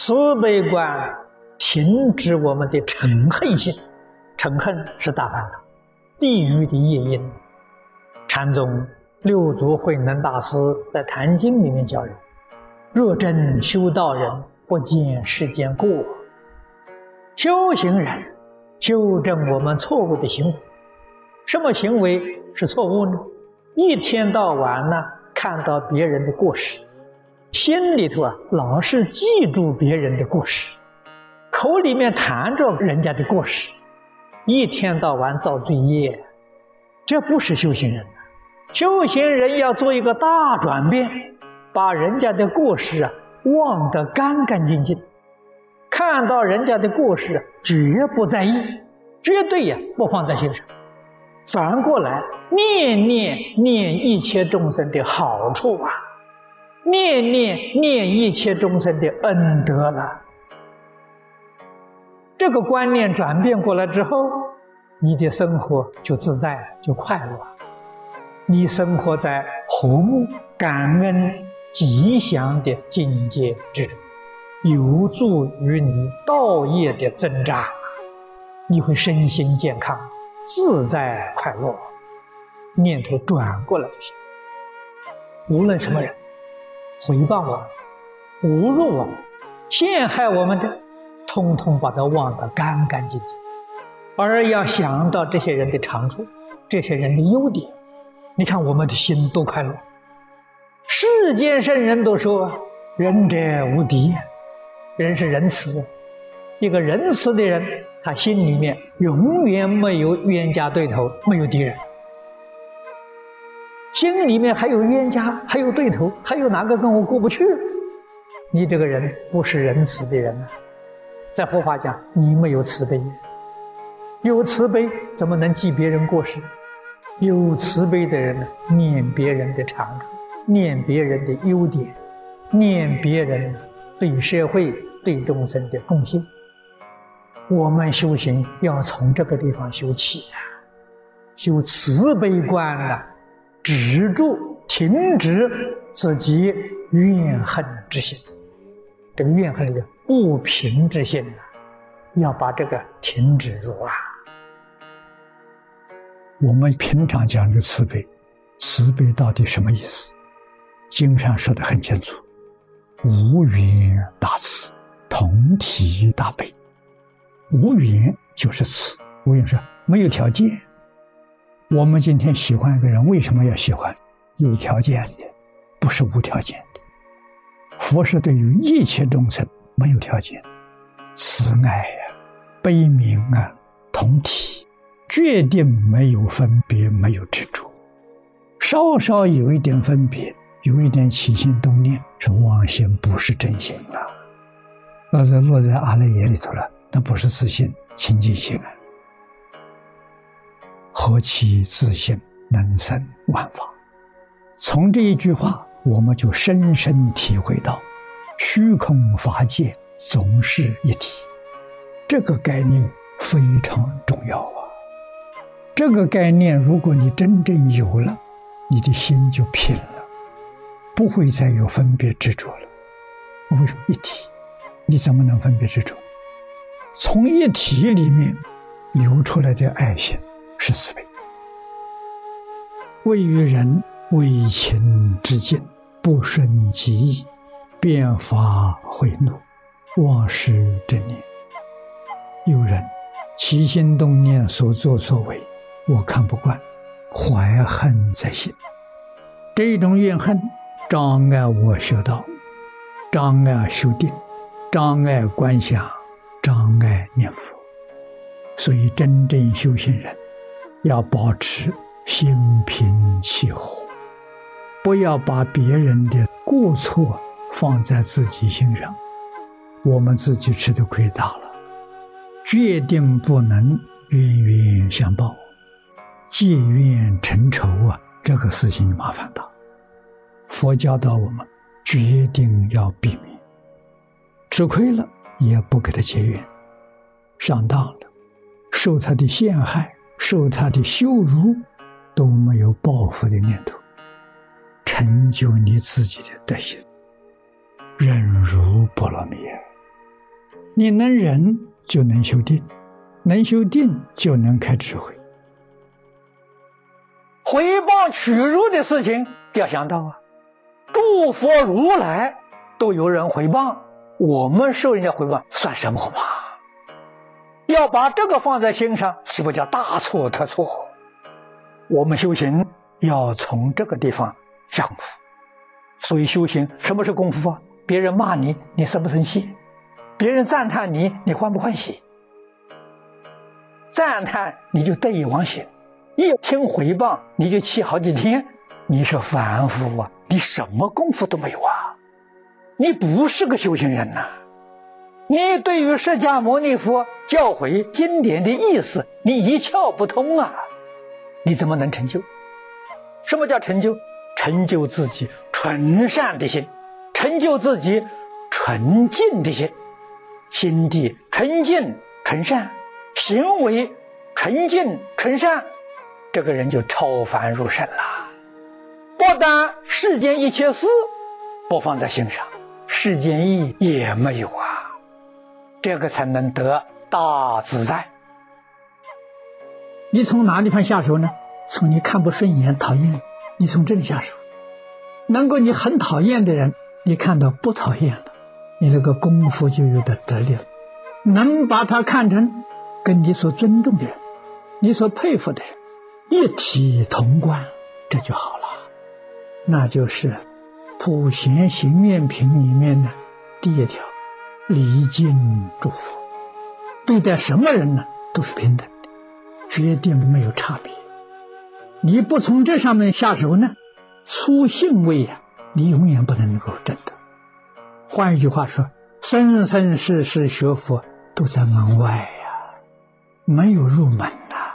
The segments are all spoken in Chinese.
慈悲观停止我们的嗔恨心，嗔恨是大烦恼，地狱的业因。禅宗六祖慧能大师在《坛经》里面教人：若真修道人，不见世间过。修行人纠正我们错误的行为。什么行为是错误呢？一天到晚呢，看到别人的过失，心里头老是记住别人的过失，口里面谈着人家的过失，一天到晚造罪业，这不是修行人。修行人要做一个大转变，把人家的过失忘得干干净净，看到人家的过失绝不在意，绝对不放在心上，反过来念一切众生的好处念一切众生的恩德了。这个观念转变过来之后，你的生活就自在，就快乐。你生活在和睦、感恩、吉祥的境界之中，有助于你道业的增长，你会身心健康、自在快乐。念头转过来就行。无论什么人诽谤我们、侮辱我们、陷害我们的，通通把它忘得干干净净，而要想到这些人的长处，这些人的优点。你看我们的心多快乐。世间圣人都说仁者无敌，人是仁慈的。一个仁慈的人，他心里面永远没有冤家对头，没有敌人。心里面还有冤家，还有对头，还有哪个跟我过不去？你这个人不是仁慈的人在佛法讲，你没有慈悲。有慈悲怎么能记别人过失？有慈悲的人念别人的长处，念别人的优点，念别人对社会、对众生的贡献。我们修行要从这个地方修起修慈悲观止住、停止自己怨恨之心。这个怨恨里的不平之心要把这个停止住我们平常讲的慈悲，慈悲到底什么意思？经上说得很清楚，无缘大慈，同体大悲。无缘就是慈，无缘是没有条件。我们今天喜欢一个人，为什么要喜欢？有条件的，不是无条件的。佛是对于一切众生没有条件，慈爱悲悯同体，决定没有分别，没有执着。稍稍有一点分别，有一点起心动念，是妄心，不是真心那是落在阿赖耶里头了，那不是自信、清净心何其自信，能生万法。从这一句话，我们就深深体会到虚空法界总是一体，这个概念非常重要这个概念如果你真正有了，你的心就平了，不会再有分别执着了。为什么一体？你怎么能分别执着？从一体里面流出来的爱心是慈悲。为于人，为情之境，不顺己意，变法慧怒，忘失正念。有人起心动念，所作所为我看不惯，怀恨在心，这种怨恨障碍我修道，障碍修定，障碍观想，障碍念佛。所以真正修行人要保持心平气和，不要把别人的过错放在自己心上。我们自己吃的亏大了，决定不能冤冤相报，结怨成仇这个事情麻烦大。佛教导我们决定要避免，吃亏了也不给他结怨，上当了，受他的陷害，受他的羞辱，都没有报复的念头，成就你自己的德行，忍辱波罗蜜。 你能忍就能修定，能修定就能开智慧。 毁谤取辱的事情要想到啊，诸佛如来都有人毁谤，我们受人家毁谤算什么嘛？要把这个放在心上，岂不叫大错特错？我们修行要从这个地方下功夫。所以修行什么是功夫啊？别人骂你，你生不生气？别人赞叹你，你欢不欢喜？赞叹你就得意忘形，一听回谤你就气好几天，你是凡夫啊，你什么功夫都没有啊，你不是个修行人呐。你对于释迦牟尼佛教诲经典的意思你一窍不通啊，你怎么能成就？什么叫成就？成就自己纯善的心，成就自己纯净的心，心地纯净纯善，行为纯净纯善，这个人就超凡入圣了。不但世间一切事不放在心上，世间意也没有啊，这个才能得大自在。 你从哪地方下手呢？从你看不顺眼讨厌，你从这里下手。能够你很讨厌的人，你看到不讨厌了，你那个功夫就有的得力了。能把他看成跟你所尊重的人，你所佩服的人一体同观，这就好了。那就是普贤行愿品里面的第一条，礼敬诸佛，对待什么人呢都是平等的，决定没有差别。你不从这上面下手呢，粗信位啊，你永远不能够证得。换一句话说，生生世世学佛都在门外呀，没有入门呐。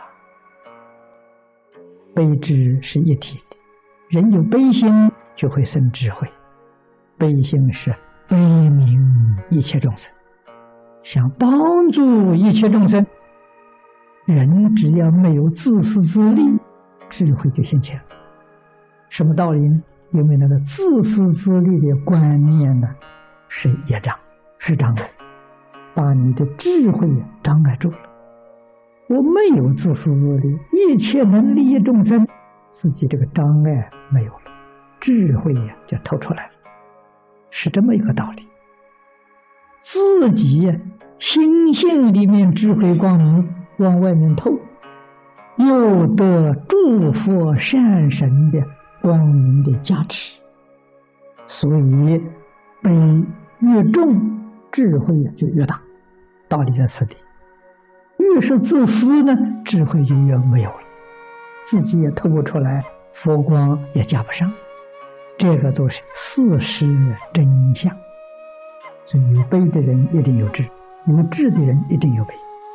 悲智是一体的，人有悲心就会生智慧。悲心是悲悯一切众生，想帮助一切众生。人只要没有自私自利，智慧就现前了。什么道理呢？因为那个自私自利的观念呢，是业障，是障碍，把你的智慧障碍住了。我没有自私自利，一切能利益众生，自己这个障碍没有了，智慧就透出来了，是这么一个道理。自己心性里面智慧光明往外面透，又得诸佛善神的光明的加持，所以悲越重，智慧就越大，道理在此地。越是自私呢，智慧就越没有了，自己也透不出来，佛光也加不上，这个都是事实真相。所以有悲的人一定有智，有智的人一定有悲。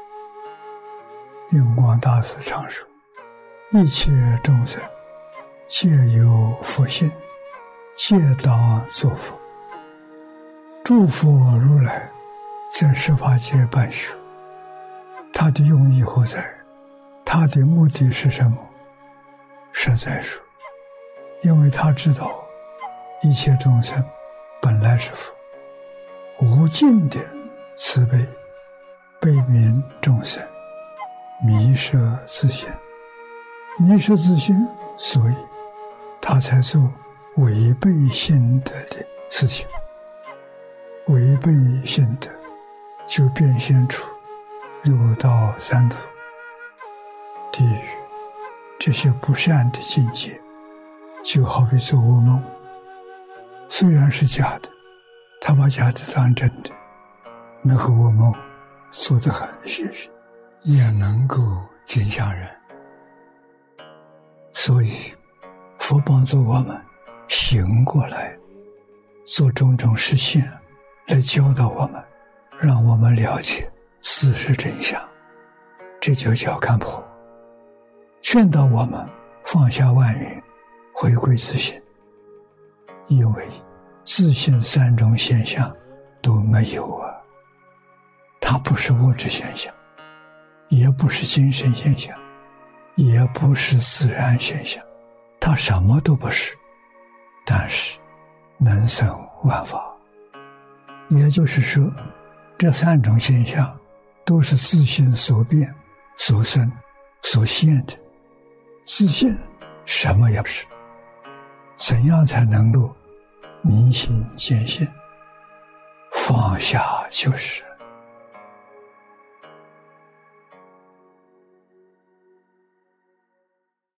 印光大师常说，一切众生皆有佛性，皆当作佛。诸佛如来在十法界办学，他的用意何在？他的目的是什么？实在说，因为他知道一切众生本来是佛，无尽的慈悲，悲悯众生，迷失自心，迷失自心，所以他才做违背心德的事情。违背心德，就变现出六道三途、地狱这些不善的境界，就好比做噩梦，虽然是假的，他把假的当真的，那个噩梦做得很现实，也能够惊吓人。所以佛帮助我们醒过来，做种种实现，来教导我们，让我们了解事实真相，这就叫看破，劝导我们放下万缘，回归自性。因为自性三种现象都没有啊，它不是物质现象，也不是精神现象，也不是自然现象，它什么都不是，但是能生万法。也就是说， 这3种现象都是自性所变、所生、所现的。自性什么也不是，怎样才能够明心见性？放下就是。